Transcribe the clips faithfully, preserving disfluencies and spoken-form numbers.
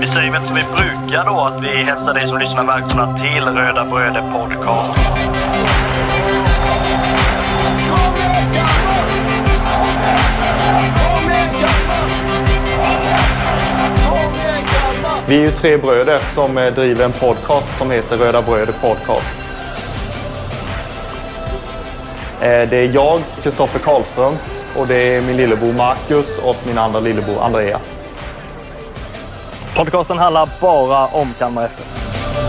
Vi säger väl som vi brukar då, att vi hälsar dig som lyssnar välkomna till Röda Bröder Podcast. Vi är ju tre bröder som driver en podcast som heter Röda Bröder Podcast. Det är jag, Kristoffer Karlström, och det är min lillebror Marcus och min andra lillebror Andreas. Podcasten handlar bara om Kalmar F F.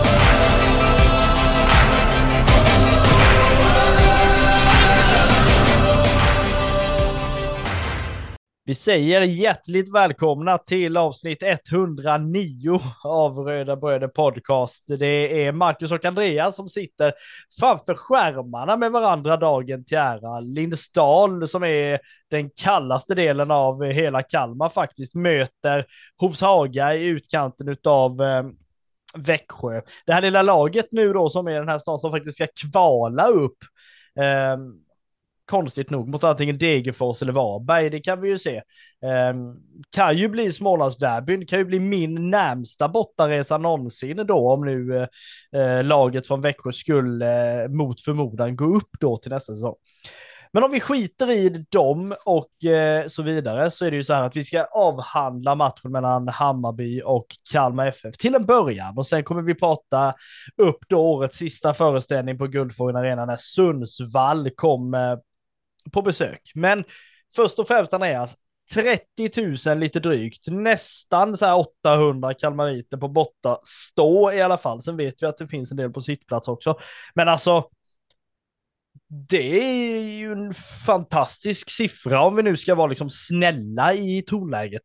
Vi säger hjärtligt välkomna till avsnitt etthundranio av Röda Bröder Podcast. Det är Marcus och Andreas som sitter framför skärmarna med varandra dagen till ära. Lindesdal, som är den kallaste delen av hela Kalmar, faktiskt möter Hovshaga i utkanten av eh, Växjö. Det här lilla laget nu då, som är den här stan som faktiskt ska kvala upp eh, konstigt nog mot antingen Degerfors eller Varberg, det kan vi ju se. Um, kan ju bli Smålandsderbyn, kan ju bli min närmsta bortaresa någonsin då, om nu uh, laget från Växjö skulle uh, mot förmodan gå upp då till nästa säsong. Men om vi skiter i dem och uh, så vidare, så är det ju så här att vi ska avhandla matchen mellan Hammarby och Kalmar F F till en början, och sen kommer vi prata upp då årets sista föreställning på Guldfågeln Arena när Sundsvall kom uh, på besök. Men först och främst, Andreas, trettio tusen lite drygt, nästan så här åttahundra kalmariter på borta stå i alla fall. Sen vet vi att det finns en del på sittplats också. Men alltså, det är ju en fantastisk siffra om vi nu ska vara liksom snälla i tonläget.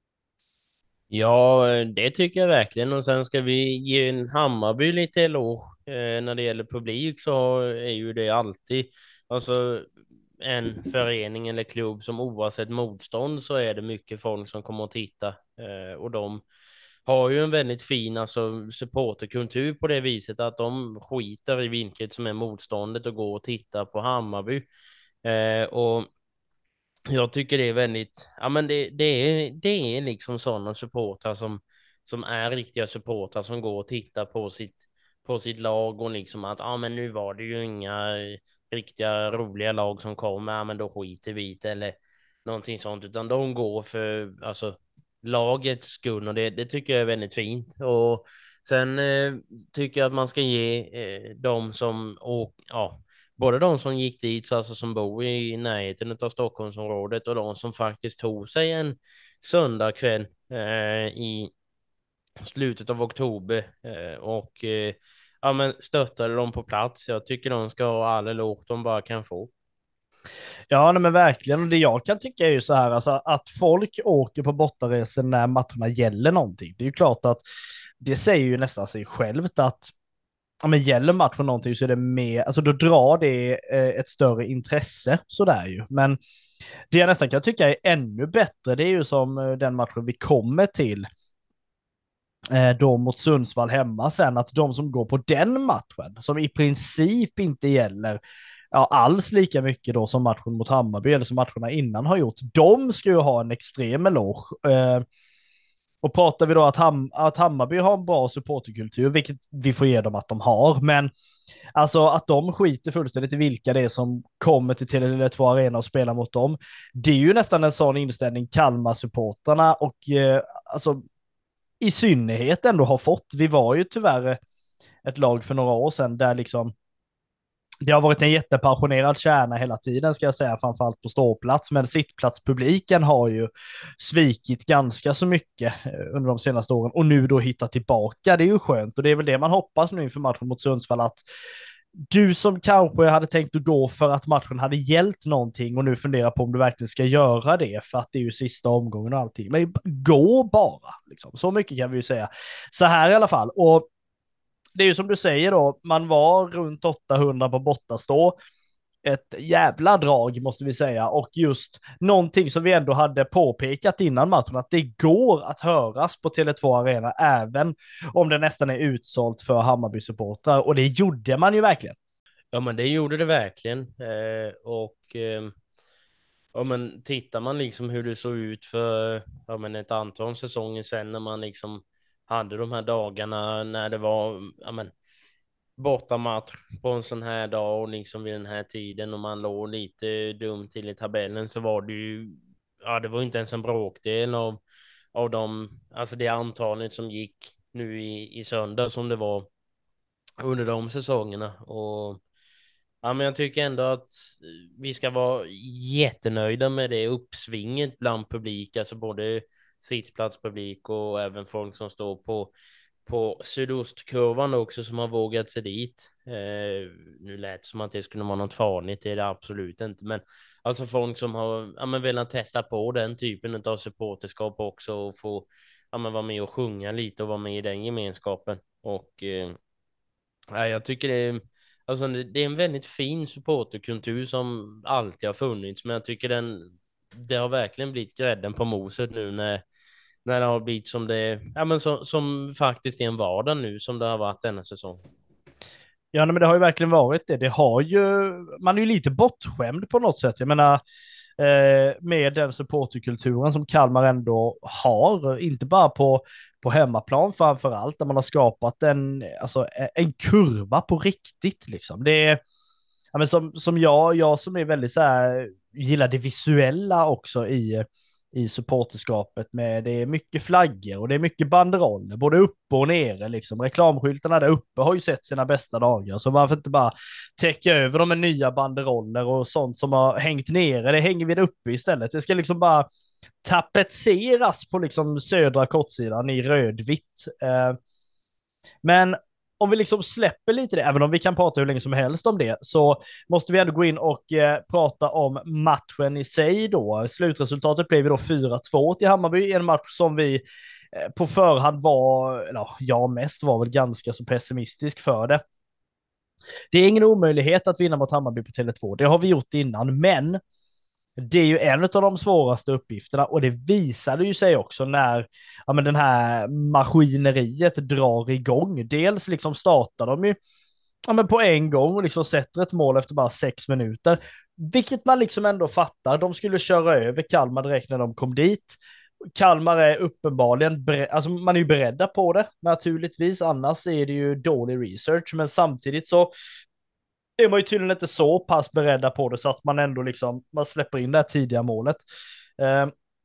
Ja, det tycker jag verkligen. Och sen ska vi ge en Hammarby lite eloge. Eh, när det gäller publik så är ju det alltid, alltså en förening eller klubb som oavsett motstånd så är det mycket folk som kommer att titta. Eh, och de har ju en väldigt fin alltså, supporterkultur på det viset att de skiter i vilket som är motståndet och går och tittar på Hammarby. Eh, och jag tycker det är väldigt, ja men det, det är det är liksom sådana supportrar som som är riktiga supportrar som går och tittar på sitt på sitt lag och liksom att ja men nu var det ju inga riktiga roliga lag som kommer, ja men då skiter vi i det eller någonting sånt, utan de går för alltså lagets skull, och det, det tycker jag är väldigt fint. Och sen eh, tycker jag att man ska ge eh, de som och ja både de som gick dit, så alltså som bor i närheten av Stockholmsområdet, och de som faktiskt tog sig en söndagkväll eh, i slutet av oktober eh, och eh, ja, men stöttade dem på plats. Jag tycker de ska ha alla låg de bara kan få. Ja, nej, men verkligen. Och det jag kan tycka är ju så här, alltså, att folk åker på bortaresor när matcherna gäller någonting. Det är ju klart att det säger ju nästan sig självt att ja, men gäller matchen någonting så är det mer, alltså då drar det eh, ett större intresse, så där ju. Men det jag nästan kan tycka är ännu bättre, det är ju som eh, den matchen vi kommer till eh, då mot Sundsvall hemma sen, att de som går på den matchen, som i princip inte gäller ja, alls lika mycket då som matchen mot Hammarby eller som matcherna innan har gjort, de ska ju ha en extrem eloge. Eh, Och pratar vi då att, Ham att Hammarby har en bra supporterkultur, vilket vi får ge dem att de har, men alltså att de skiter fullständigt i vilka det är som kommer till Tele två Arena och spelar mot dem, det är ju nästan en sån inställning Kalmar-supporterna och eh, alltså i synnerhet ändå har fått. Vi var ju tyvärr ett lag för några år sedan där liksom det har varit en jättepassionerad kärna hela tiden, ska jag säga, framförallt på ståplats, men sittplatspubliken har ju svikit ganska så mycket under de senaste åren och nu då hittat tillbaka. Det är ju skönt, och det är väl det man hoppas nu inför matchen mot Sundsvall, att du som kanske hade tänkt att gå för att matchen hade gällt någonting och nu funderar på om du verkligen ska göra det för att det är ju sista omgången och allting, men gå bara liksom. Så mycket kan vi ju säga så här i alla fall. Och det är ju som du säger då, man var runt åttahundra på bortastå. Ett jävla drag måste vi säga, och just någonting som vi ändå hade påpekat innan matchen, att det går att höras på Tele två Arena även om det nästan är utsålt för Hammarby-supportrar, och det gjorde man ju verkligen. Ja men det gjorde det verkligen eh, och eh, ja, men tittar man liksom hur det såg ut för ja, men ett antal säsonger sedan när man liksom hade de här dagarna när det var, ja men, bortamatch på en sån här dag och liksom vid den här tiden och man låg lite dumt till i tabellen, så var det ju, ja det var inte ens en bråkdel av, av de, alltså det antalet som gick nu i, i söndag som det var under de säsongerna. Och ja, men jag tycker ändå att vi ska vara jättenöjda med det uppsvinget bland publik, alltså både sittplatspublik och även folk som står på på sydostkurvan också som har vågat sig dit. Eh, nu lät det som att det skulle vara något farligt, det är det absolut inte, men alltså folk som har, ja, men velat testa på den typen av supporterskap också och få, ja, men vara med och sjunga lite och vara med i den gemenskapen. Och eh, ja, jag tycker det är, alltså, det det är en väldigt fin supporterkultur som alltid har funnits, men jag tycker den, det har verkligen blivit grädden på moset nu när när det har blivit som det, ja men som, som faktiskt är en vardag nu som det har varit denna säsong. Ja, nej, men det har ju verkligen varit det. Det har ju, man är ju lite bortskämd på något sätt. Jag menar, eh, med den supporterkulturen som Kalmar ändå har, inte bara på, på hemmaplan framför allt, där man har skapat en, alltså, en kurva på riktigt liksom. Det är, ja, men som, som jag, jag som är väldigt så här, gillar det visuella också i i supporterskapet, med det är mycket flaggor och det är mycket banderoller, både uppe och nere liksom. Reklamskyltarna där uppe har ju sett sina bästa dagar, så varför inte bara täcka över dem med nya banderoller och sånt som har hängt nere, det hänger vi där uppe istället. Det ska liksom bara tapetseras på liksom södra kortsidan i rödvitt. Eh, men om vi liksom släpper lite det, även om vi kan prata hur länge som helst om det, så måste vi ändå gå in och eh, prata om matchen i sig då. Slutresultatet blev ju då fyra två till Hammarby, en match som vi eh, på förhand var, eller jag mest var väl ganska så pessimistisk för det. Det är ingen omöjlighet att vinna mot Hammarby på Tele två, det har vi gjort innan, men det är ju en av de svåraste uppgifterna, och det visade ju sig också när, ja, men den här maskineriet drar igång. Dels liksom startar de ju, ja, men på en gång och liksom sätter ett mål efter bara sex minuter, vilket man liksom ändå fattar. De skulle köra över Kalmar direkt när de kom dit. Kalmar är uppenbarligen, alltså man är ju beredda på det naturligtvis, annars är det ju dålig research, men samtidigt så är man ju tydligen inte så pass beredda på det så att man ändå liksom, man släpper in det här tidiga målet. Eh,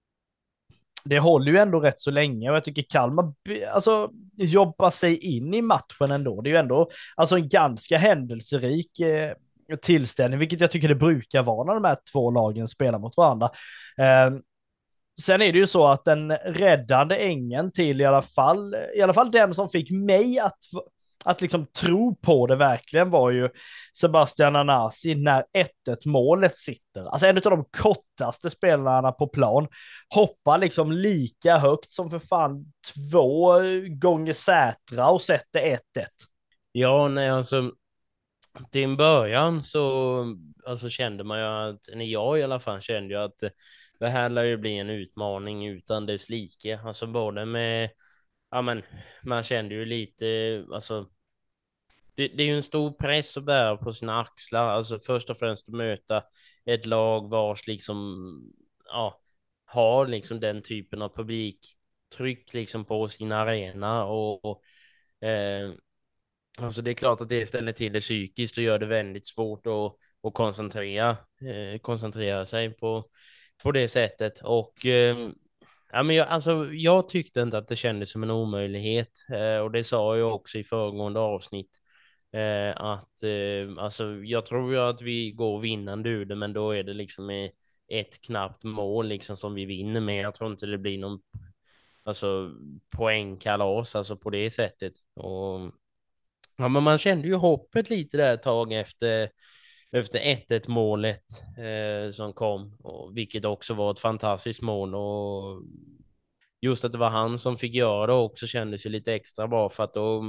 det håller ju ändå rätt så länge, och jag tycker Kalmar alltså jobbar sig in i matchen ändå. Det är ju ändå alltså en ganska händelserik eh, tillställning, vilket jag tycker det brukar vara när de här två lagen spelar mot varandra. Eh, sen är det ju så att den räddande ängen till i alla fall, i alla fall den som fick mig att att liksom tro på det verkligen, var ju Sebastian Anasi när ett ett målet sitter. Alltså en av de kortaste spelarna på plan hoppar liksom lika högt som för fan två gånger Sätra och sätter ett ett. Ja, nej alltså till en början så alltså kände man ju att, eller jag i alla fall kände ju att det här lär ju bli en utmaning utan dess like. Alltså både med, ja men man kände ju lite, alltså Det, det är ju en stor press att bära på sina axlar. Alltså först och främst att möta ett lag vars liksom, ja, har liksom den typen av publiktryck liksom på sin arena. Och, och eh, alltså det är klart att det ställer till det psykiskt och gör det väldigt svårt att, att koncentrera, eh, koncentrera sig på, på det sättet. Och eh, ja, men jag, alltså, jag tyckte inte att det kändes som en omöjlighet. Eh, och det sa jag också i föregående avsnitt. Eh, att eh, alltså jag tror ju att vi går vinnande ur det, men då är det liksom med ett knappt mål liksom som vi vinner med. Jag tror inte det blir någon alltså poängkalas alltså på det sättet. Och ja, men man kände ju hoppet lite där ett tag efter efter ett ett målet eh, som kom, och vilket också var ett fantastiskt mål, och just att det var han som fick göra det också kändes ju lite extra bra, för att då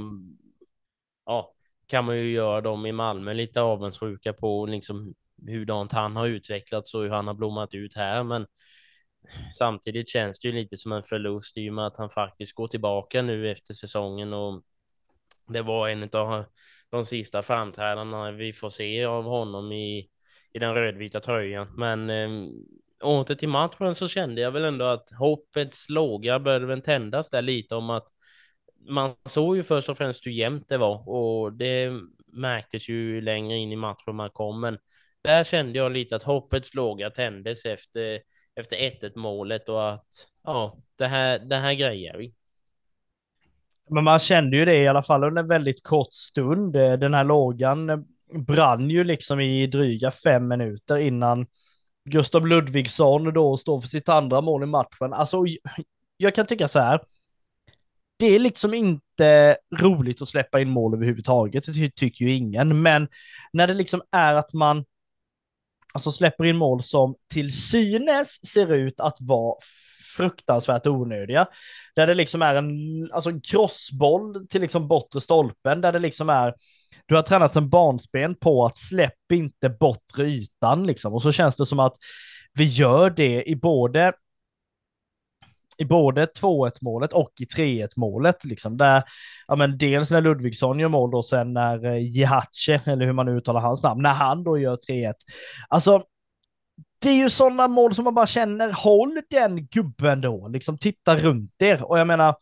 ja, kan man ju göra dem i Malmö lite avundsjuka på liksom hurdant han har utvecklats och hur han har blommat ut här, men samtidigt känns det ju lite som en förlust i och med att han faktiskt går tillbaka nu efter säsongen, och det var en av de sista framträdandena vi får se av honom i, i den rödvita tröjan. Men eh, åter till matchen så kände jag väl ändå att hoppets låga började väl tändas där lite om att man såg ju först och främst hur jämnt det var och det märktes ju längre in i matchen man kom. Men där kände jag lite att hoppets låga tändes efter, efter ett ett målet och att ja, det här, det här grejer vi. Men man kände ju det i alla fall under en väldigt kort stund. Eh, Den här lågan eh, brann ju liksom i dryga fem minuter innan Gustav Ludvigsson då står för sitt andra mål i matchen. Alltså, jag kan tycka så här. Det är liksom inte roligt att släppa in mål överhuvudtaget, det ty tycker ju ingen. Men när det liksom är att man alltså släpper in mål som till synes ser ut att vara fruktansvärt onödiga. Där det liksom är en, alltså en crossboll till liksom bortre stolpen, där det liksom är, du har tränat sen barnsben på att släpp inte bortre ytan liksom. Och så känns det som att vi gör det i både i både två ett målet och i tre ett målet liksom, där, ja men dels när Ludvigsson gör mål då, sen när eh, Jihace, eller hur man nu uttalar hans namn, när han då gör tre ett. Alltså, det är ju sådana mål som man bara känner, håll den gubben då, liksom titta runt er. Och jag menar,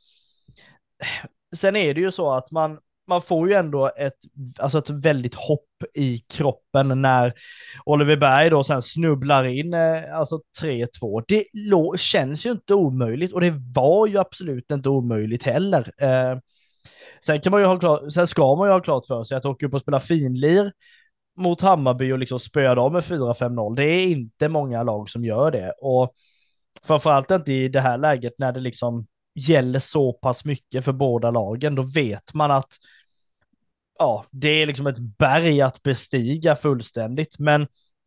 sen är det ju så att man, man får ju ändå ett, alltså ett väldigt hopp i kroppen när Oliver Berg då sen snubblar in eh, alltså tre två. Det lå, känns ju inte omöjligt och det var ju absolut inte omöjligt heller. Eh, sen kan man ju ha klart, sen ska man ju ha klart för sig att åka upp och spela finlir mot Hammarby och liksom spöa dem med fyra fem noll. Det är inte många lag som gör det. Och framförallt inte i det här läget när det liksom gäller så pass mycket för båda lagen. Då vet man att ja, det är liksom ett berg att bestiga fullständigt. Men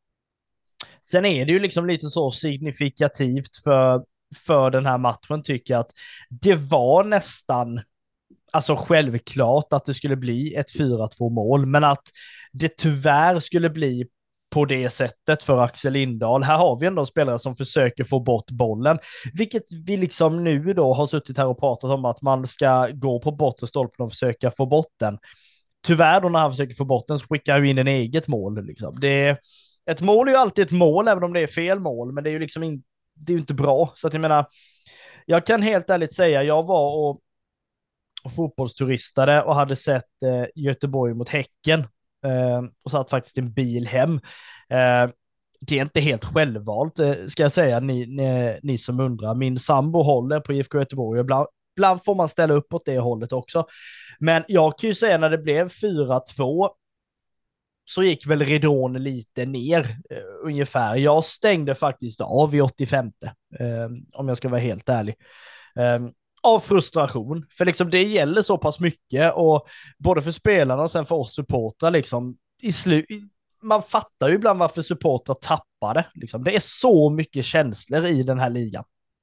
sen är det ju liksom lite så signifikativt för, för den här matchen tycker jag att det var nästan alltså självklart att det skulle bli ett fyra två mål, men att det tyvärr skulle bli på det sättet för Axel Lindahl. Här har vi ändå spelare som försöker få bort bollen, vilket vi liksom nu då har suttit här och pratat om att man ska gå på bortre stolpen och försöka få bort den. Tyvärr då när han försöker få bort den så skickar han in en eget mål. Liksom. Det är, ett mål är ju alltid ett mål, även om det är fel mål, men det är ju liksom in, det är ju inte bra. Så att jag menar, jag kan helt ärligt säga, jag var och fotbollsturistade och hade sett eh, Göteborg mot Häcken eh, och satt faktiskt en bil hem. Eh, det är inte helt självvalt eh, ska jag säga, ni, ni, ni som undrar. Min sambo håller på I F K Göteborg och ibland, ibland får man ställa upp åt det hållet också. Men jag kan ju säga när det blev fyra två så gick väl ridån lite ner eh, ungefär. Jag stängde faktiskt av i åttiofem eh, om jag ska vara helt ärlig. Eh, av frustration, för liksom det gäller så pass mycket och både för spelarna och sen för oss supportrar liksom i slut, man fattar ju ibland varför supportrar tappar det liksom. Det är så mycket känslor i den här ligan.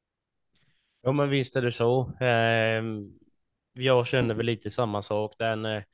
Ja men visst är det så. Eh, jag känner väl lite samma sak där när,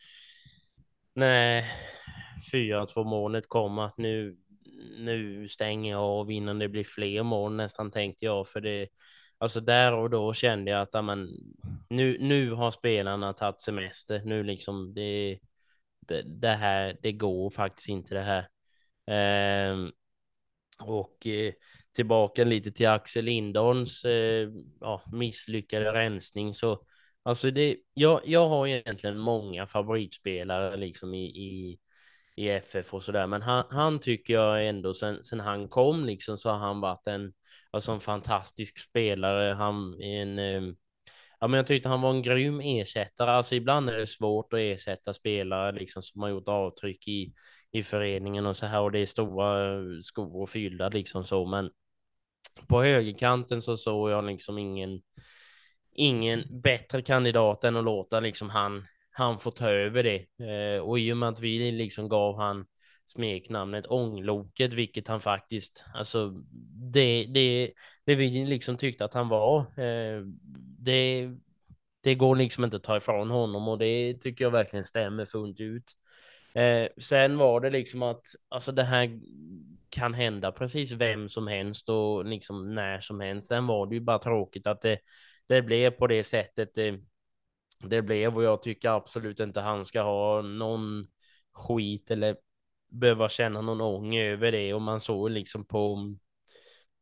när fyra två målet kom, att nu, nu stänger jag av innan det blir fler mål nästan, tänkte jag. För det, alltså där och då kände jag att amen, nu, nu har spelarna tagit semester. Nu liksom det, det, det här, det går faktiskt inte det här. Ehm, och eh, tillbaka lite till Axel Lindholms eh, ja, misslyckade rensning. Så alltså det, jag, jag har egentligen många favoritspelare liksom i, i i F F och sådär. Men han, han tycker jag ändå sen, sen han kom liksom så har han varit en, alltså en fantastisk spelare. Han är en, eh, ja men jag tyckte han var en grym ersättare. Alltså ibland är det svårt att ersätta spelare liksom som har gjort avtryck i, i föreningen och så här, och det är stora eh, skor och fyllda liksom så. Men på högerkanten så såg jag liksom ingen ingen bättre kandidat än att låta liksom han han får ta över det. Eh, och i och med att vi liksom gav han smeknamnet Ångloket, vilket han faktiskt, alltså det, det, det vi liksom tyckte att han var, eh, det, det går liksom inte att ta ifrån honom, och det tycker jag verkligen stämmer fullt ut. Eh, sen var det liksom att alltså det här kan hända precis vem som helst och liksom när som helst. Sen var det ju bara tråkigt att det, det blev på det sättet. Eh, det blev, och jag tycker absolut inte han ska ha någon skit eller behöva känna någon ånger över det. Och man såg liksom på,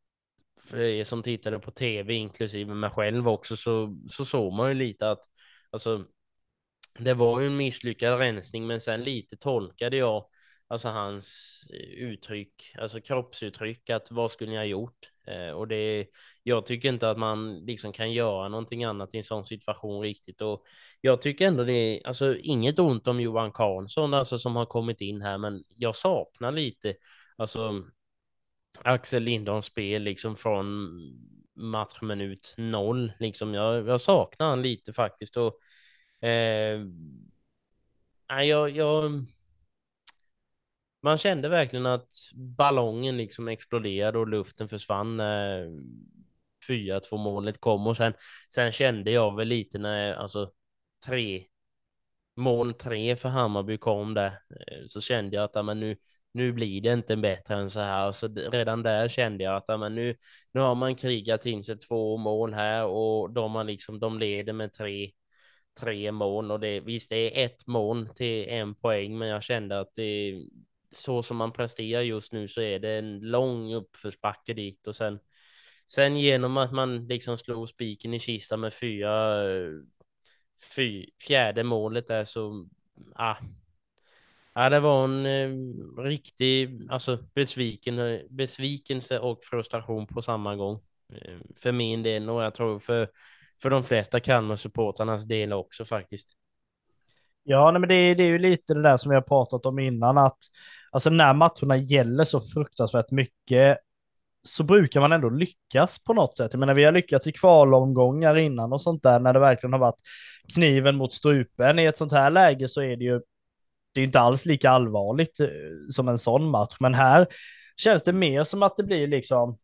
för er som tittade på tv inklusive mig själv också, så, så såg man ju lite att alltså det var ju en misslyckad rensning, men sen lite tolkade jag alltså hans uttryck, alltså kroppsuttryck, att vad skulle ni ha gjort? Eh, och det, jag tycker inte att man liksom kan göra någonting annat i en sån situation riktigt. Och jag tycker ändå det är, alltså inget ont om Johan Karlsson, alltså som har kommit in här, men jag saknar lite, alltså Axel Lindholms spel liksom från matchminut noll, liksom jag, jag saknar han lite faktiskt. Och eh, nej, jag, jag man kände verkligen att ballongen liksom exploderade och luften försvann när fyra två målet kom. Och sen, sen kände jag väl lite när alltså tre mål tre för Hammarby kom där, eh, så kände jag att ja, men nu, nu blir det inte bättre än så här. Så redan där kände jag att ja, men nu, nu har man krigat in sig två mål här och de, har liksom, de leder med tre tre mål, och det, visst det är ett mål till en poäng, men jag kände att det, så som man presterar just nu, så är det en lång uppförsbacke dit. Och sen, sen genom att man liksom slog spiken i kistan med fyra, fy, fjärde målet där, så ah, ja, det var en eh, riktig alltså besviken, besvikelse och frustration på samma gång. Eh, för min del, och jag tror för, för de flesta Kalmar-supportarnas del också faktiskt. Ja, nej, men det, det är ju lite det där som vi har pratat om innan, att alltså när matcherna gäller så fruktansvärt mycket så brukar man ändå lyckas på något sätt. Jag menar, vi har lyckats i kvalomgångar innan och sånt där, när det verkligen har varit kniven mot strupen. I ett sånt här läge så är det ju det är inte alls lika allvarligt eh, som en sån match, men här känns det mer som att det blir liksom,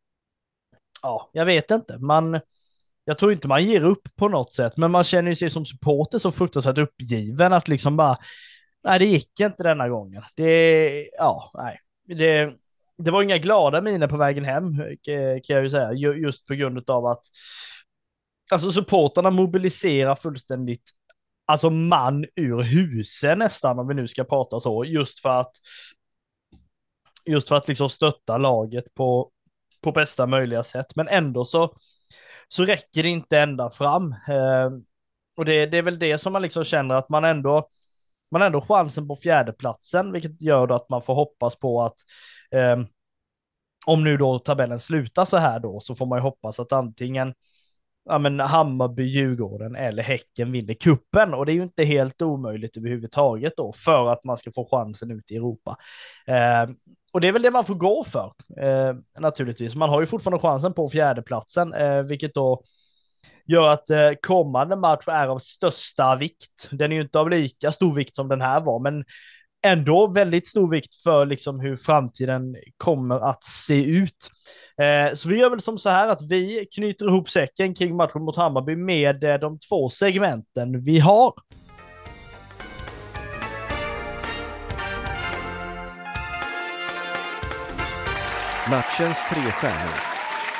ja, jag vet inte, man jag tror inte man ger upp på något sätt, men man känner ju sig som supporter så fruktansvärt uppgiven att liksom bara, nej det gick inte denna gången. Det, ja, nej. Det, det var inga glada miner på vägen hem kan jag ju säga, just på grund av att alltså supporterna mobiliserar fullständigt, alltså man ur huset nästan, om vi nu ska prata så, just för att just för att liksom stötta laget på, på bästa möjliga sätt, men ändå så så räcker det inte ända fram. Eh, och det, det är väl det som man liksom känner att man ändå man ändå chansen på fjärdeplatsen, vilket gör då att man får hoppas på att eh, om nu då tabellen slutar så här då, så får man ju hoppas att antingen ja, men Hammarby, Djurgården eller Häcken vinner kuppen, och det är ju inte helt omöjligt överhuvudtaget då för att man ska få chansen ut i Europa. Eh, och det är väl det man får gå för, eh, naturligtvis. Man har ju fortfarande chansen på fjärdeplatsen, eh, vilket då gör att eh, kommande match är av största vikt. Den är ju inte av lika stor vikt som den här var, men ändå väldigt stor vikt för liksom hur framtiden kommer att se ut. Eh, så vi gör väl som så här att vi knyter ihop säcken kring matchen mot Hammarby med eh, de två segmenten vi har. Matchens tre stjärnor.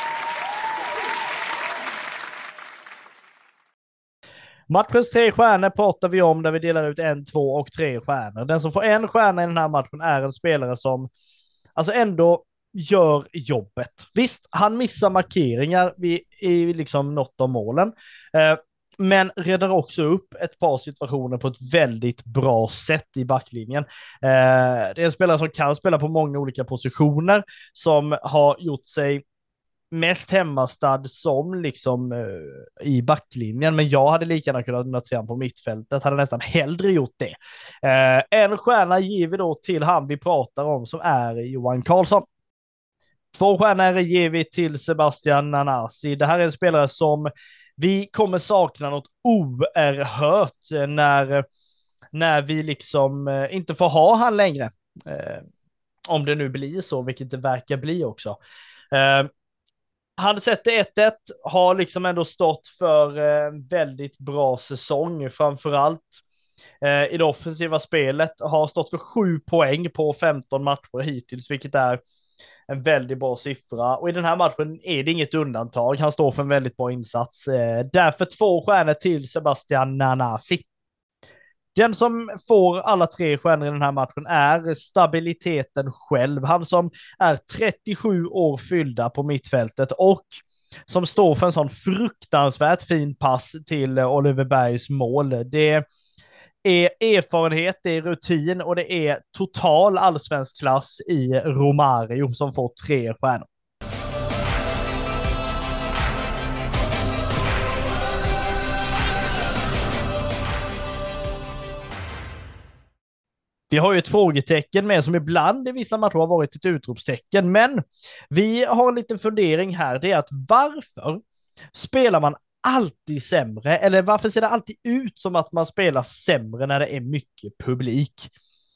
Matchens tre stjärnor pratar vi om, där vi delar ut en, två och tre stjärnor. Den som får en stjärna i den här matchen är en spelare som alltså ändå gör jobbet. Visst, han missar markeringar vid, i liksom något av målen, eh, men räddar också upp ett par situationer på ett väldigt bra sätt i backlinjen. Eh, det är en spelare som kan spela på många olika positioner, som har gjort sig mest hemmastad som liksom uh, i backlinjen, men jag hade lika gärna kunnat se han på mittfältet, hade nästan hellre gjort det. Uh, en stjärna ger vi då till han vi pratar om, som är Johan Karlsson. Två stjärnor ger vi till Sebastian Nanasi. Det här är en spelare som vi kommer sakna något oerhört när, när vi liksom uh, inte får ha han längre. Uh, om det nu blir så, vilket det verkar bli också. Uh, Han sätter ett ett, har liksom ändå stått för en väldigt bra säsong, framförallt eh, i det offensiva spelet, har stått för sju poäng på femton matcher hittills, vilket är en väldigt bra siffra. Och i den här matchen är det inget undantag, han står för en väldigt bra insats. Eh, därför två stjärnor till Sebastian Nanasi. Den som får alla tre stjärnor i den här matchen är stabiliteten själv. Han som är trettiosju år fyllda på mittfältet och som står för en sån fruktansvärt fin pass till Oliver Bergs mål. Det är erfarenhet, det är rutin och det är total allsvensk klass i Romario som får tre stjärnor. Vi har ju ett frågetecken med som ibland i vissa matcher har varit ett utropstecken, men vi har en liten fundering här. Det är att varför spelar man alltid sämre, eller varför ser det alltid ut som att man spelar sämre när det är mycket publik?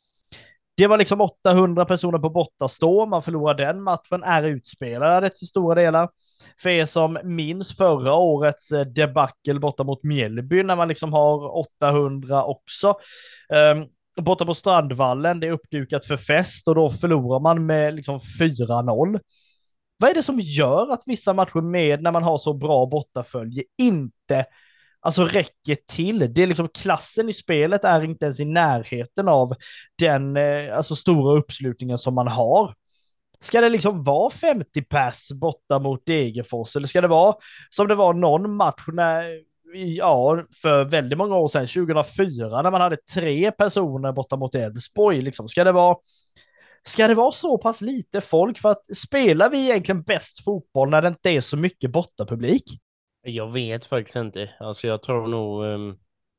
Det var liksom åttahundra personer på bortastå, man förlorar den matchen, är utspelade till stora delar. För er som minns förra årets debacle borta mot Mjällby när man liksom har åttahundra också. Um, borta på Strandvallen, det är uppdukat för fest och då förlorar man med liksom fyra noll. Vad är det som gör att vissa matcher med när man har så bra bortafölje inte alltså räcker till? Det är liksom klassen i spelet är inte ens i närheten av den eh, alltså stora uppslutningen som man har. Ska det liksom vara femtio pers borta mot Degerfors eller ska det vara som det var någon match när ja, för väldigt många år sedan, tjugohundrafyra, när man hade tre personer borta mot Elfsborg, liksom, ska det vara ska det vara så pass lite folk? För att spelar vi egentligen bäst fotboll när det inte är så mycket bortapublik? Jag vet faktiskt inte. Alltså jag tror nog um,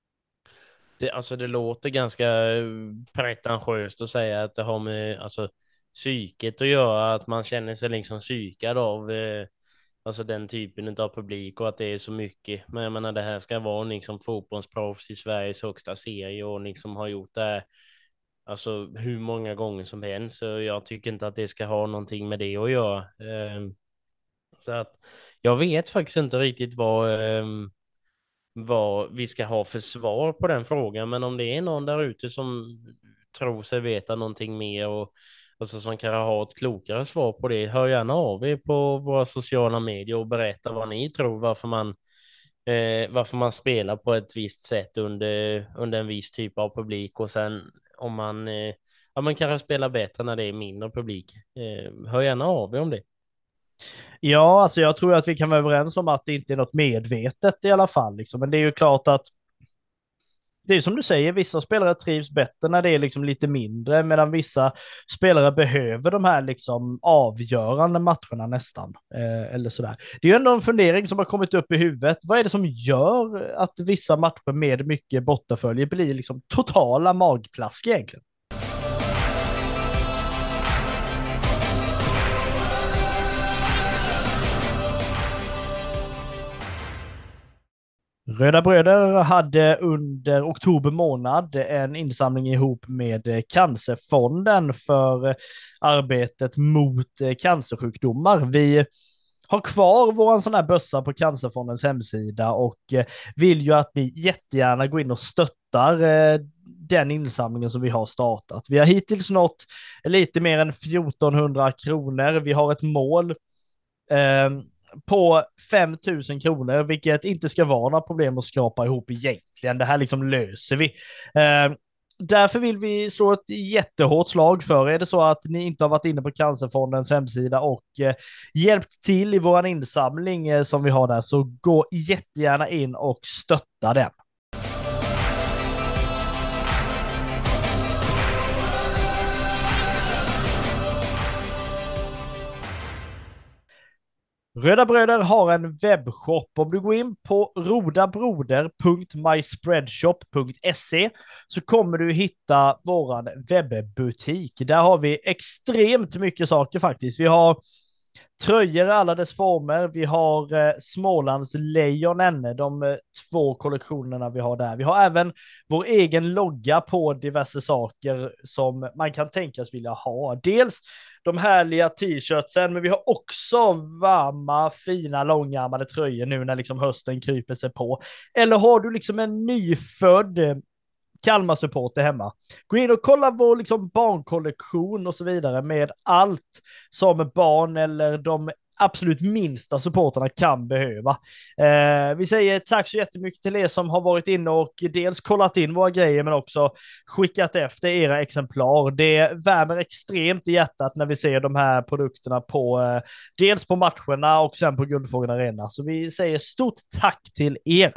det, alltså det låter ganska pretentiöst att säga att det har med alltså psyket att göra, att man känner sig liksom psykad av eh, alltså den typen av publik och att det är så mycket. Men jag menar, det här ska vara liksom fotbollsproffs i Sveriges högsta serie och liksom har gjort det här alltså hur många gånger som helst. Så jag tycker inte att det ska ha någonting med det att göra. Um, så att jag vet faktiskt inte riktigt vad, um, vad vi ska ha för svar på den frågan. Men om det är någon där ute som tror sig veta någonting mer och alltså som kan ha ett klokare svar på det, hör gärna av er på våra sociala medier och berätta vad ni tror, varför man eh, varför man spelar på ett visst sätt under, under en viss typ av publik och sen om man eh, ja, man kanske spelar bättre när det är mindre publik. Eh, hör gärna av er om det. Ja, alltså jag tror att vi kan vara överens om att det inte är något medvetet i alla fall. Liksom. Men det är ju klart att det är som du säger, vissa spelare trivs bättre när det är liksom lite mindre, medan vissa spelare behöver de här liksom avgörande matcherna nästan. Eh, eller sådär. Det är ju ändå en fundering som har kommit upp i huvudet. Vad är det som gör att vissa matcher med mycket bortafölje blir liksom totala magplask egentligen? Röda Bröder hade under oktober månad en insamling ihop med Cancerfonden för arbetet mot cancersjukdomar. Vi har kvar våran sån här bössa på Cancerfondens hemsida och vill ju att ni jättegärna går in och stöttar den insamlingen som vi har startat. Vi har hittills nått lite mer än fjortonhundra kronor. Vi har ett mål eh, på fem tusen kronor, vilket inte ska vara några problem att skrapa ihop egentligen. Det här liksom löser vi. Eh, därför vill vi slå ett jättehårt slag för. Är det så att ni inte har varit inne på Cancerfondens hemsida och eh, hjälpt till i vår insamling eh, som vi har där, så gå jättegärna in och stötta den. Röda Bröder har en webbshop. Om du går in på rodabroder punkt my spreadshop punkt se så kommer du hitta våran webbutik. Där har vi extremt mycket saker faktiskt. Vi har tröjor i alla dess former. Vi har eh, Smålands Lejonen, de eh, två kollektionerna vi har där. Vi har även vår egen logga på diverse saker som man kan tänkas vilja ha. Dels de härliga t-shirtsen, men vi har också varma, fina, långärmade tröjor nu när liksom hösten kryper sig på. Eller har du liksom en nyfödd Kalmar-supporter hemma, gå in och kolla vår liksom barnkollektion och så vidare med allt som barn eller de absolut minsta supporterna kan behöva. Eh, vi säger tack så jättemycket till er som har varit inne och dels kollat in våra grejer men också skickat efter era exemplar. Det värmer extremt i hjärtat när vi ser de här produkterna på eh, dels på matcherna och sen på Guldfågeln Arena. Så vi säger stort tack till er.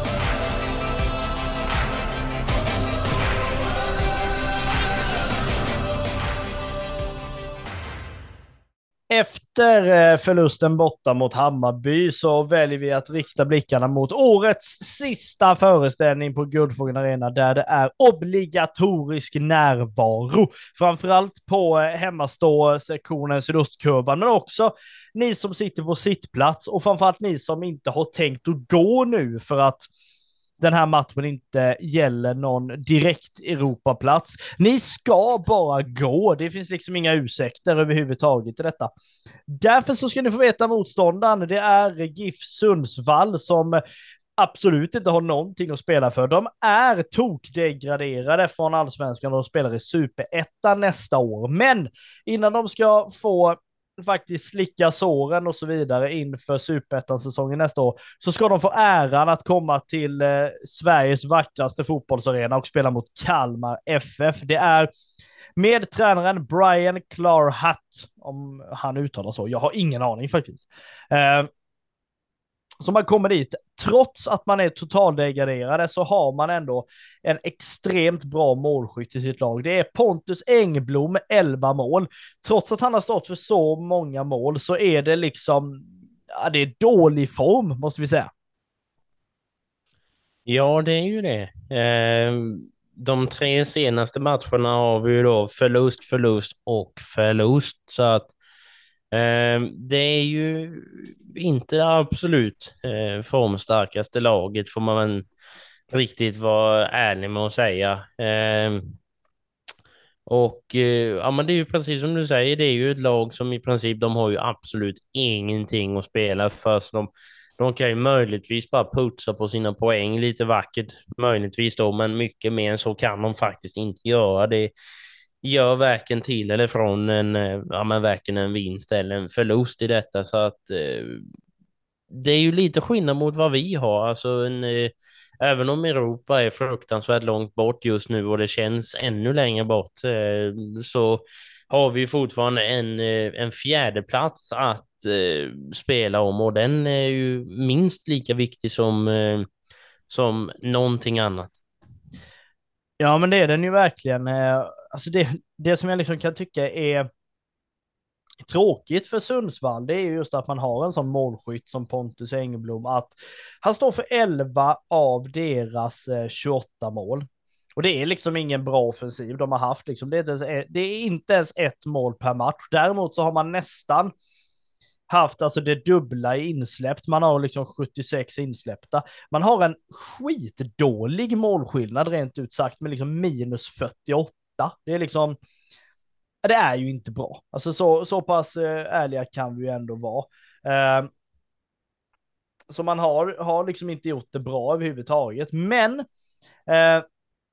Efter förlusten borta mot Hammarby så väljer vi att rikta blickarna mot årets sista föreställning på Guldfågeln Arena där det är obligatorisk närvaro. Framförallt på hemmastå-sektionen Sydostkurvan, men också ni som sitter på sittplats och framförallt ni som inte har tänkt att gå nu för att den här matchen inte gäller någon direkt Europaplats. Ni ska bara gå. Det finns liksom inga ursäkter överhuvudtaget i detta. Därför så ska ni få veta motståndaren. Det är GIF Sundsvall som absolut inte har någonting att spela för. De är tokdegraderade från Allsvenskan och spelar i Superettan nästa år. Men innan de ska få faktiskt slicka såren och så vidare inför Superettan-säsongen nästa år så ska de få äran att komma till eh, Sveriges vackraste fotbollsarena och spela mot Kalmar F F. Det är med tränaren Brian Clarhatt, om han uttalar så. Jag har ingen aning faktiskt. Eh, så man kommer dit, trots att man är totaldegraderade så har man ändå en extremt bra målskytt i sitt lag. Det är Pontus Engblom med elva mål. Trots att han har stått för så många mål så är det liksom, ja, det är dålig form måste vi säga. Ja, det är ju det. Eh, de tre senaste matcherna har vi ju då förlust, förlust och förlust. Så att eh, det är ju inte det absolut eh, formstarkaste laget får man riktigt vara ärlig med att säga. Eh, och eh, ja, men det är ju precis som du säger, det är ju ett lag som i princip, de har ju absolut ingenting att spela för. Så de, de kan ju möjligtvis bara putsa på sina poäng lite vackert, möjligtvis då, men mycket mer än så kan de faktiskt inte göra. Det gör varken till eller från en, ja, men varken en vinst eller en förlust i detta. Så att eh, det är ju lite skillnad mot vad vi har. Alltså en, eh, även om Europa är fruktansvärt långt bort just nu och det känns ännu längre bort eh, så har vi fortfarande en, eh, en fjärde plats att eh, spela om, och den är ju minst lika viktig som, eh, som någonting annat. Ja, men det är den ju verkligen. Eh, alltså det, det som jag liksom kan tycka är tråkigt för Sundsvall, det är just att man har en sån målskytt som Pontus Engblom, att han står för elva av deras eh, tjugoåtta mål. Och det är liksom ingen bra offensiv de har haft. Liksom. Det, är inte ens, det är inte ens ett mål per match. Däremot så har man nästan haft alltså det dubbla i insläppt. Man har liksom sjuttiosex insläppta. Man har en skitdålig målskillnad rent ut sagt med liksom minus fyrtioåtta. Det är liksom, det är ju inte bra. Alltså så, så pass eh, ärliga kan vi ju ändå vara. Eh, så man har, har liksom inte gjort det bra överhuvudtaget. Men eh,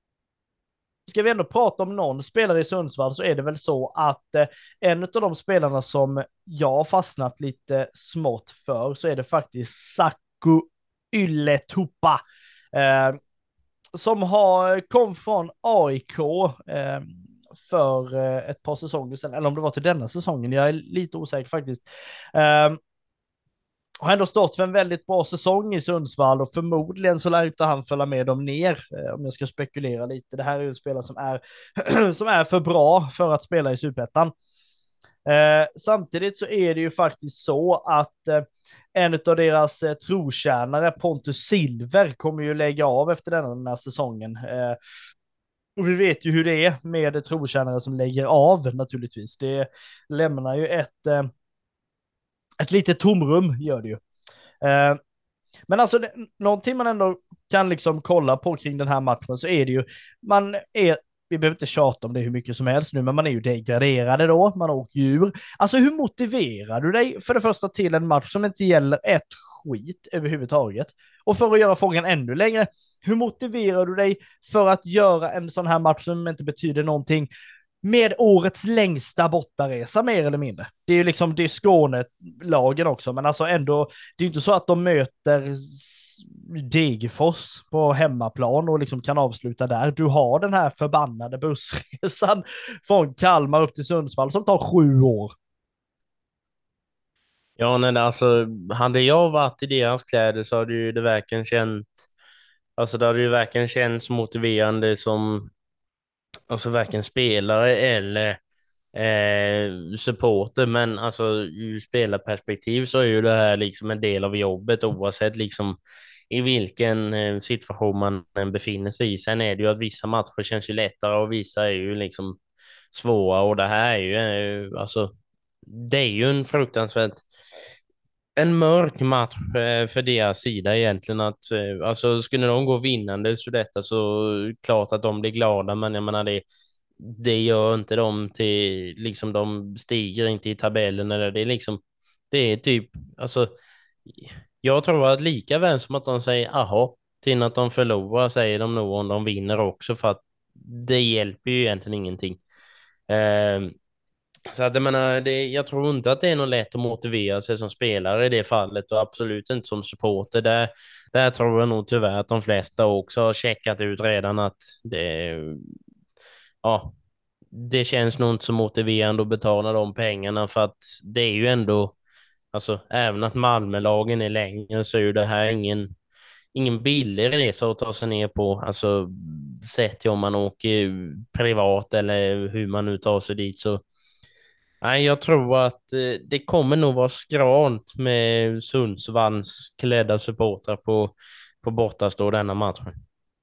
ska vi ändå prata om någon spelare i Sundsvall så är det väl så att eh, en av de spelarna som jag har fastnat lite smått för så är det faktiskt Saku Yllätupa. Eh, som har kom från A I K eh, för eh, ett par säsonger sedan, eller om det var till denna säsongen, jag är lite osäker faktiskt. Eh, har ändå stått för en väldigt bra säsong i Sundsvall och förmodligen så lär inte han följa med dem ner eh, om jag ska spekulera lite. Det här är ju en spelare som är, som är för bra för att spela i Superettan. Eh, samtidigt så är det ju faktiskt så att eh, en av deras eh, trotjänare, Pontus Silver, kommer ju lägga av efter denna, den här säsongen. Eh, och vi vet ju hur det är med trotjänare som lägger av naturligtvis. Det lämnar ju ett eh, ett litet tomrum gör det ju. Eh, men alltså det, någonting man ändå kan liksom kolla på kring den här matchen så är det ju, man är, vi behöver inte tjata om det hur mycket som helst nu, men man är ju degraderade då, man åker djur. Alltså hur motiverar du dig för det första till en match som inte gäller ett skit överhuvudtaget? Och för att göra frågan ännu längre, hur motiverar du dig för att göra en sån här match som inte betyder någonting med årets längsta bortaresa mer eller mindre. Det är ju liksom, det är Skåne-lagen också, men alltså ändå, det är ju inte så att de möter Degerfors på hemmaplan och liksom kan avsluta där. Du har den här förbannade bussresan från Kalmar upp till Sundsvall som tar sju år. Ja, men alltså, hade jag varit i deras kläder så hade ju det verkligen känt, alltså det hade ju verkligen känts motiverande som, alltså varken spelare eller eh, supporter, men alltså ur spelarperspektiv så är ju det här liksom en del av jobbet oavsett liksom i vilken eh, situation man än befinner sig i. Sen är det ju att vissa matcher känns ju lättare och vissa är ju liksom svåra, och det här är ju eh, alltså det är ju en fruktansvärt en mörk match eh, för deras sida egentligen. Att eh, alltså skulle de gå vinnande så detta så klart att de blir glada, men jag menar det det gör inte dem till liksom, de stiger inte i tabellen eller det är liksom, det är typ alltså jag tror att lika väl som att de säger aha till att de förlorar säger de nog om de vinner också, för att det hjälper ju egentligen ingenting. Eh, så att jag menar, det, jag tror inte att det är något lätt att motivera sig som spelare i det fallet, och absolut inte som supporter. Där, där tror jag nog tyvärr att de flesta också har checkat ut redan att det, ja, det känns nog inte så motiverande att betala de pengarna, för att det är ju ändå, alltså även att Malmölagen är längre så är ju det här ingen, ingen billig resa att ta sig ner på, alltså sett till om man åker privat eller hur man nu tar sig dit. Så nej, jag tror att eh, det kommer nog vara skrant med Sundsvalls klädda supportrar på, på bortastå denna matchen.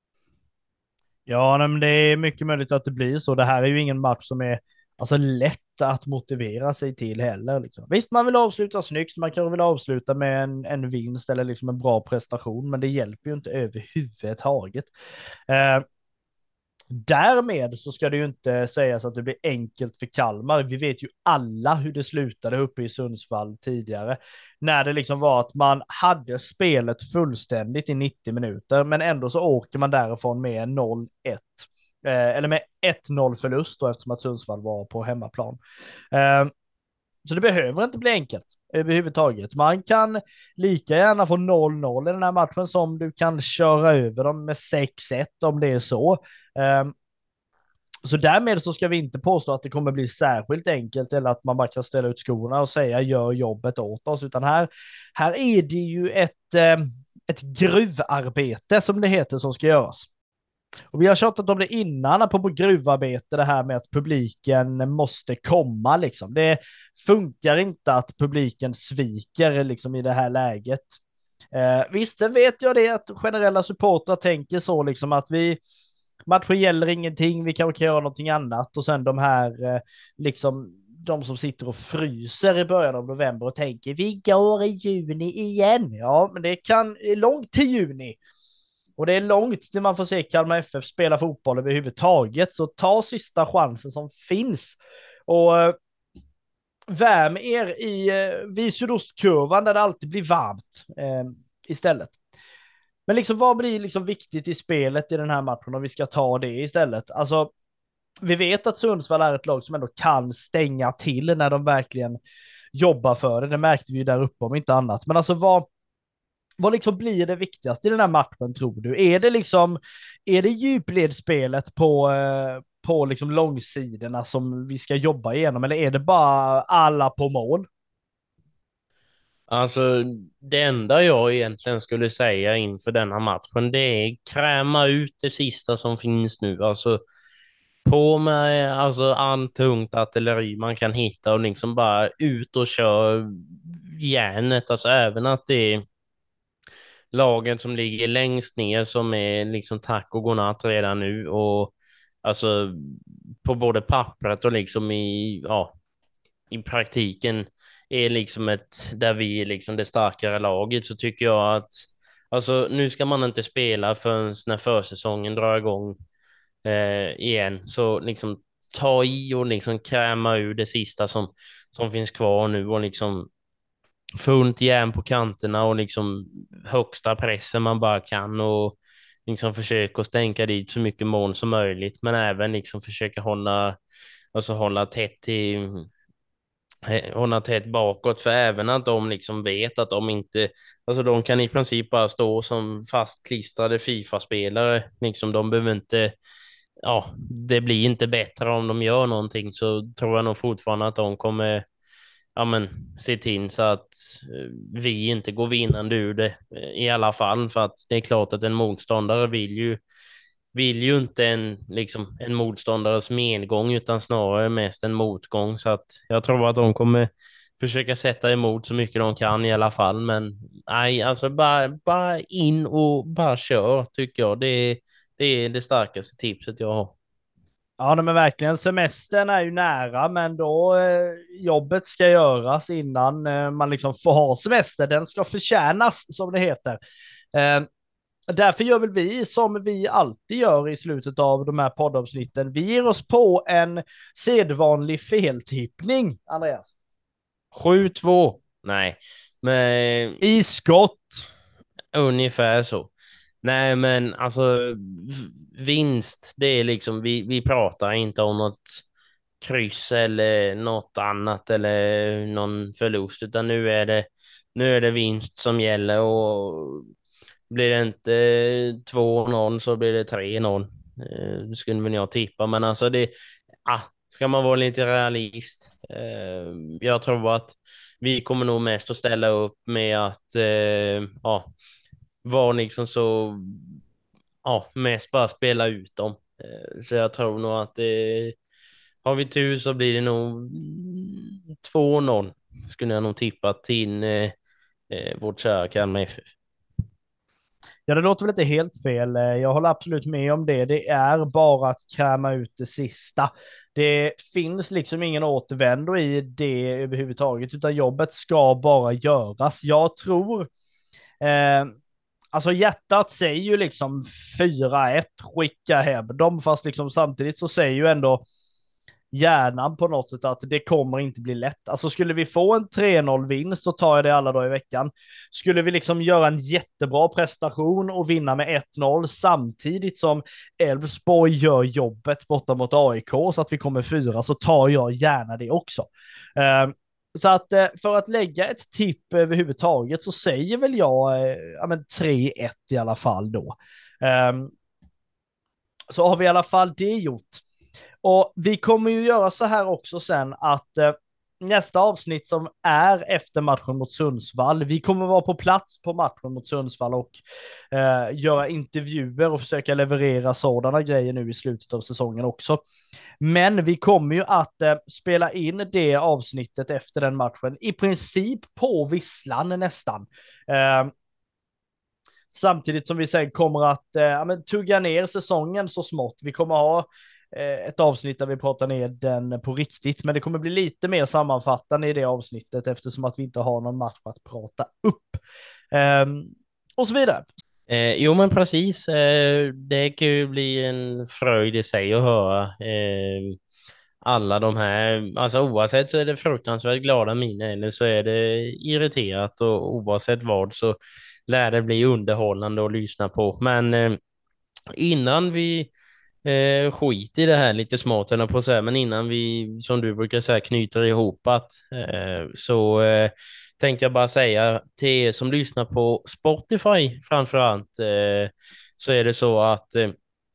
Ja, nej, men det är mycket möjligt att det blir så. Det här är ju ingen match som är alltså lätt att motivera sig till heller. Liksom. Visst, man vill avsluta snyggt, man kan väl avsluta med en, en vinst eller liksom en bra prestation, men det hjälper ju inte överhuvudtaget. Eh, Därmed så ska det ju inte sägas att det blir enkelt för Kalmar. Vi vet ju alla hur det slutade uppe i Sundsvall tidigare. När det liksom var att man hade spelet fullständigt i nittio minuter, men ändå så åker man därifrån med noll ett. Eh, eller med ett noll förlust då, eftersom att Sundsvall var på hemmaplan. Eh, så det behöver inte bli enkelt överhuvudtaget. Man kan lika gärna få noll noll i den här matchen som du kan köra över dem med sex ett om det är så. Um, så därmed så ska vi inte påstå att det kommer bli särskilt enkelt eller att man bara kan ställa ut skorna och säga gör jobbet åt oss, utan här, här är det ju ett, um, ett gruvarbete som det heter som ska göras. Och vi har tjatat om det innan på gruvarbete, det här med att publiken måste komma liksom. Det funkar inte att publiken sviker liksom i det här läget. Eh, visst, det vet jag det att generella supportrar tänker så liksom att vi matchen gäller ingenting, vi kanske kan göra någonting annat, och sen de här eh, liksom de som sitter och fryser i början av november och tänker vi går i juni igen. Ja, men det kan det är långt till juni. Och det är långt till man får se Kalmar F F spela fotboll överhuvudtaget. Så ta sista chansen som finns. Och äh, värm er i äh, vid sydostkurvan där det alltid blir varmt äh, istället. Men liksom vad blir liksom viktigt i spelet i den här matchen om vi ska ta det istället? Alltså, vi vet att Sundsvall är ett lag som ändå kan stänga till när de verkligen jobbar för det. Det märkte vi ju där uppe om inte annat. Men alltså vad Vad liksom blir det viktigaste i den här matchen, tror du? Är det liksom, är det djupledsspelet på, på liksom långsidorna som vi ska jobba igenom, eller är det bara alla på mål? Alltså, det enda jag egentligen skulle säga inför denna matchen, det är kräma ut det sista som finns nu. Alltså, på med alltså, allt tungt artilleri man kan hitta och liksom bara ut och kör järnet. Alltså, även att det är lagen som ligger längst ner som är liksom tack och godnatt redan nu, och alltså på både pappret och liksom i, ja, i praktiken är liksom ett, där vi är liksom det starkare laget, så tycker jag att alltså nu ska man inte spela förrän när försäsongen drar igång eh, igen, så liksom ta i och liksom kräma ur det sista som, som finns kvar nu och liksom fullt järn på kanterna och liksom högsta pressen man bara kan och liksom försöka stänka dit så mycket mål som möjligt, men även liksom försöka hålla alltså hålla tätt till hålla tätt bakåt, för även att de liksom vet att de inte, alltså de kan i princip bara stå som fastklistrade FIFA-spelare, liksom de behöver inte, ja, det blir inte bättre om de gör någonting, så tror jag nog fortfarande att de kommer, ja men, se till så att eh, vi inte går vinnande ur det eh, i alla fall, för att det är klart att en motståndare vill ju vill ju inte en, liksom, en motståndares medgång utan snarare mest en motgång, så att jag tror att de kommer försöka sätta emot så mycket de kan i alla fall, men nej, alltså bara, bara in och bara kör tycker jag, det är, det är det starkaste tipset jag har. Ja, nej, men verkligen. Semestern är ju nära, men då eh, jobbet ska göras innan eh, man liksom får ha semester. Den ska förtjänas, som det heter. Eh, Därför gör väl vi som vi alltid gör i slutet av de här poddavsnitten. Vi ger oss på en sedvanlig feltippning, Andreas. sju två, nej, men I skott. ungefär så. Nej, men alltså v- vinst, det är liksom, vi, vi pratar inte om något kryss eller något annat eller någon förlust, utan nu är det, nu är det vinst som gäller, och blir det inte två noll så blir det tre noll. Eh, Det skulle väl jag tippa, men alltså det, ah, ska man vara lite realist. Eh, jag tror att vi kommer nog mest att ställa upp med att eh, ja, vara liksom så, ja, mest bara spela ut dem. Eh, Så jag tror nog att eh, har vi tur så blir det nog två noll, skulle jag nog tippa till eh, eh, vårt kära Kalmar F F. Ja, det låter väl inte helt fel. Eh, Jag håller absolut med om det. Det är bara att kräma ut det sista. Det finns liksom ingen återvändo i det överhuvudtaget, utan jobbet ska bara göras. Jag tror, eh, alltså hjärtat säger ju liksom fyra ett, skicka hem dem, fast liksom samtidigt så säger ju ändå hjärnan på något sätt att det kommer inte bli lätt. Alltså skulle vi få en tre noll-vinst så tar jag det alla dagar i veckan. Skulle vi liksom göra en jättebra prestation och vinna med ett noll samtidigt som Elfsborg gör jobbet borta mot A I K så att vi kommer fyra, så tar jag gärna det också. Uh, så att uh, för att lägga ett tipp överhuvudtaget så säger väl jag uh, ja, men tre ett i alla fall då. Um, så har vi i alla fall det gjort. Och vi kommer ju göra så här också sen att eh, nästa avsnitt som är efter matchen mot Sundsvall, vi kommer vara på plats på matchen mot Sundsvall och eh, göra intervjuer och försöka leverera sådana grejer nu i slutet av säsongen också. Men vi kommer ju att eh, spela in det avsnittet efter den matchen i princip på visslan nästan. Eh, Samtidigt som vi sen kommer att eh, ja, men tugga ner säsongen så smått. Vi kommer ha eh, ett avsnitt där vi pratar ner den på riktigt, men det kommer bli lite mer sammanfattande i det avsnittet eftersom att vi inte har någon match att prata upp. Eh, och så vidare. Eh, jo men precis, eh, det kan ju bli en fröjd i sig att höra eh, alla de här, alltså oavsett så är det fruktansvärt glada miner eller så är det irriterat, och oavsett vad så lär det bli underhållande att lyssna på. Men eh, innan vi eh, skiter i det här lite smart eller på så här, men innan vi, som du brukar säga, knyter ihop att eh, så eh, tänkte jag bara säga till er som lyssnar på Spotify framförallt, eh, så är det så att eh,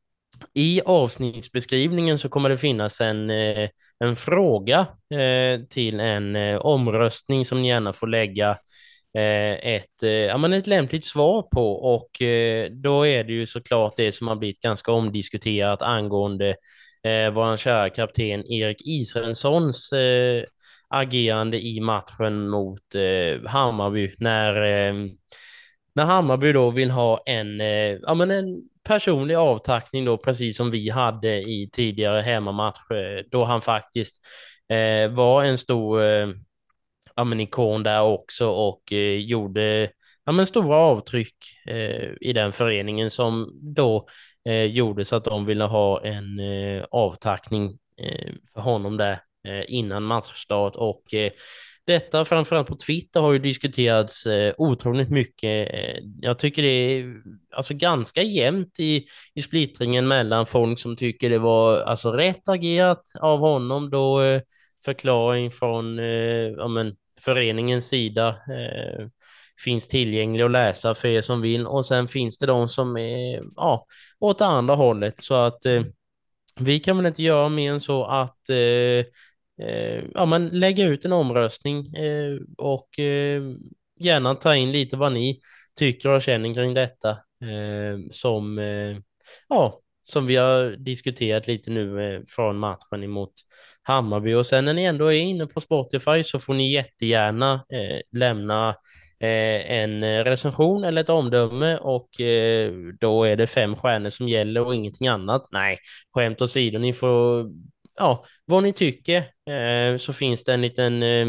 i avsnittsbeskrivningen så kommer det finnas en, eh, en fråga eh, till en eh, omröstning som ni gärna får lägga eh, ett, eh, ja, men ett lämpligt svar på, och eh, då är det ju såklart det som har blivit ganska omdiskuterat angående eh, vår kära kapten Erik Israelssons eh, agerande i matchen mot eh, Hammarby när eh, när Hammarby då vill ha en, eh, ja, men en personlig avtackning då, precis som vi hade i tidigare hemmamatch, eh, då han faktiskt eh, var en stor eh, ja, men ikon där också, och eh, gjorde ja, men stora avtryck eh, i den föreningen som då eh, gjorde så att de ville ha en eh, avtackning eh, för honom där eh, innan matchstart, och eh, detta framförallt på Twitter har ju diskuterats eh, otroligt mycket. Eh, jag tycker det är alltså ganska jämnt i, i splittringen mellan folk som tycker det var alltså rätt agerat av honom då eh, förklaring från eh, ja, men, föreningens sida eh, finns tillgänglig att läsa för er som vill, och sen finns det de som är ja, åt andra hållet, så att eh, vi kan väl inte göra mer än så att eh, eh, ja, men lägga ut en omröstning eh, och eh, gärna ta in lite vad ni tycker och känner kring detta eh, som, eh, ja, som vi har diskuterat lite nu eh, från matchen emot Hammarby. Och sen när ni ändå är inne på Spotify så får ni jättegärna eh, lämna eh, en recension eller ett omdöme, och eh, då är det fem stjärnor som gäller och ingenting annat. Nej, skämt åsido, ni får ja, vad ni tycker, eh, så finns det en liten eh,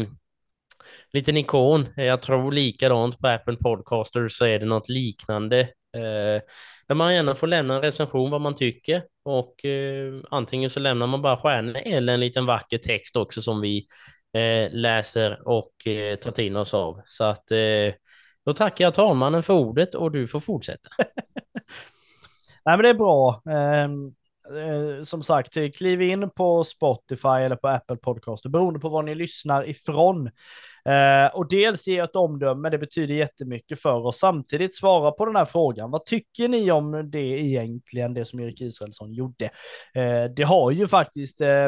liten ikon. Jag tror likadant på Apple Podcaster så är det något liknande eh, där man gärna får lämna en recension vad man tycker, och eh, antingen så lämnar man bara stjärnor eller en liten vacker text också som vi eh, läser och eh, tar till oss av. Så att eh, då tackar jag talmannen för ordet och du får fortsätta. Nej, men det är bra. Ehm, eh, som sagt, kliv in på Spotify eller på Apple Podcast beroende på var ni lyssnar ifrån. Eh, och dels ge ett omdöme, det betyder jättemycket för oss. Samtidigt svara på den här frågan. Vad tycker ni om det egentligen, det som Erik Israelsson gjorde? Eh, det har ju faktiskt eh,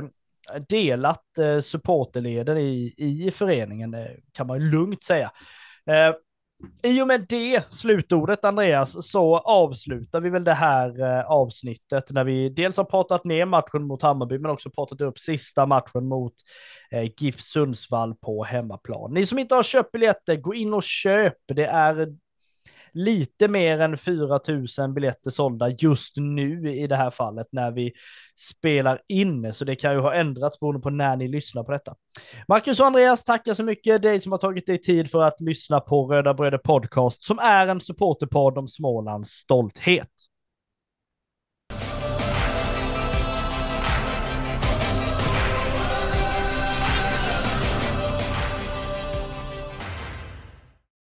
delat eh, supporterleden i, i föreningen, det kan man ju lugnt säga. Eh, I och med det slutordet, Andreas, så avslutar vi väl det här eh, avsnittet när vi dels har pratat ner matchen mot Hammarby men också pratat upp sista matchen mot eh, GIF Sundsvall på hemmaplan. Ni som inte har köpt biljetter, gå in och köp. Det är lite mer än fyra tusen biljetter sålda just nu i det här fallet när vi spelar in, så det kan ju ha ändrats beroende på när ni lyssnar på detta. Marcus och Andreas, tackar så mycket dig som har tagit dig tid för att lyssna på Röda Bröder Podcast, som är en supporterpodd om Smålands stolthet.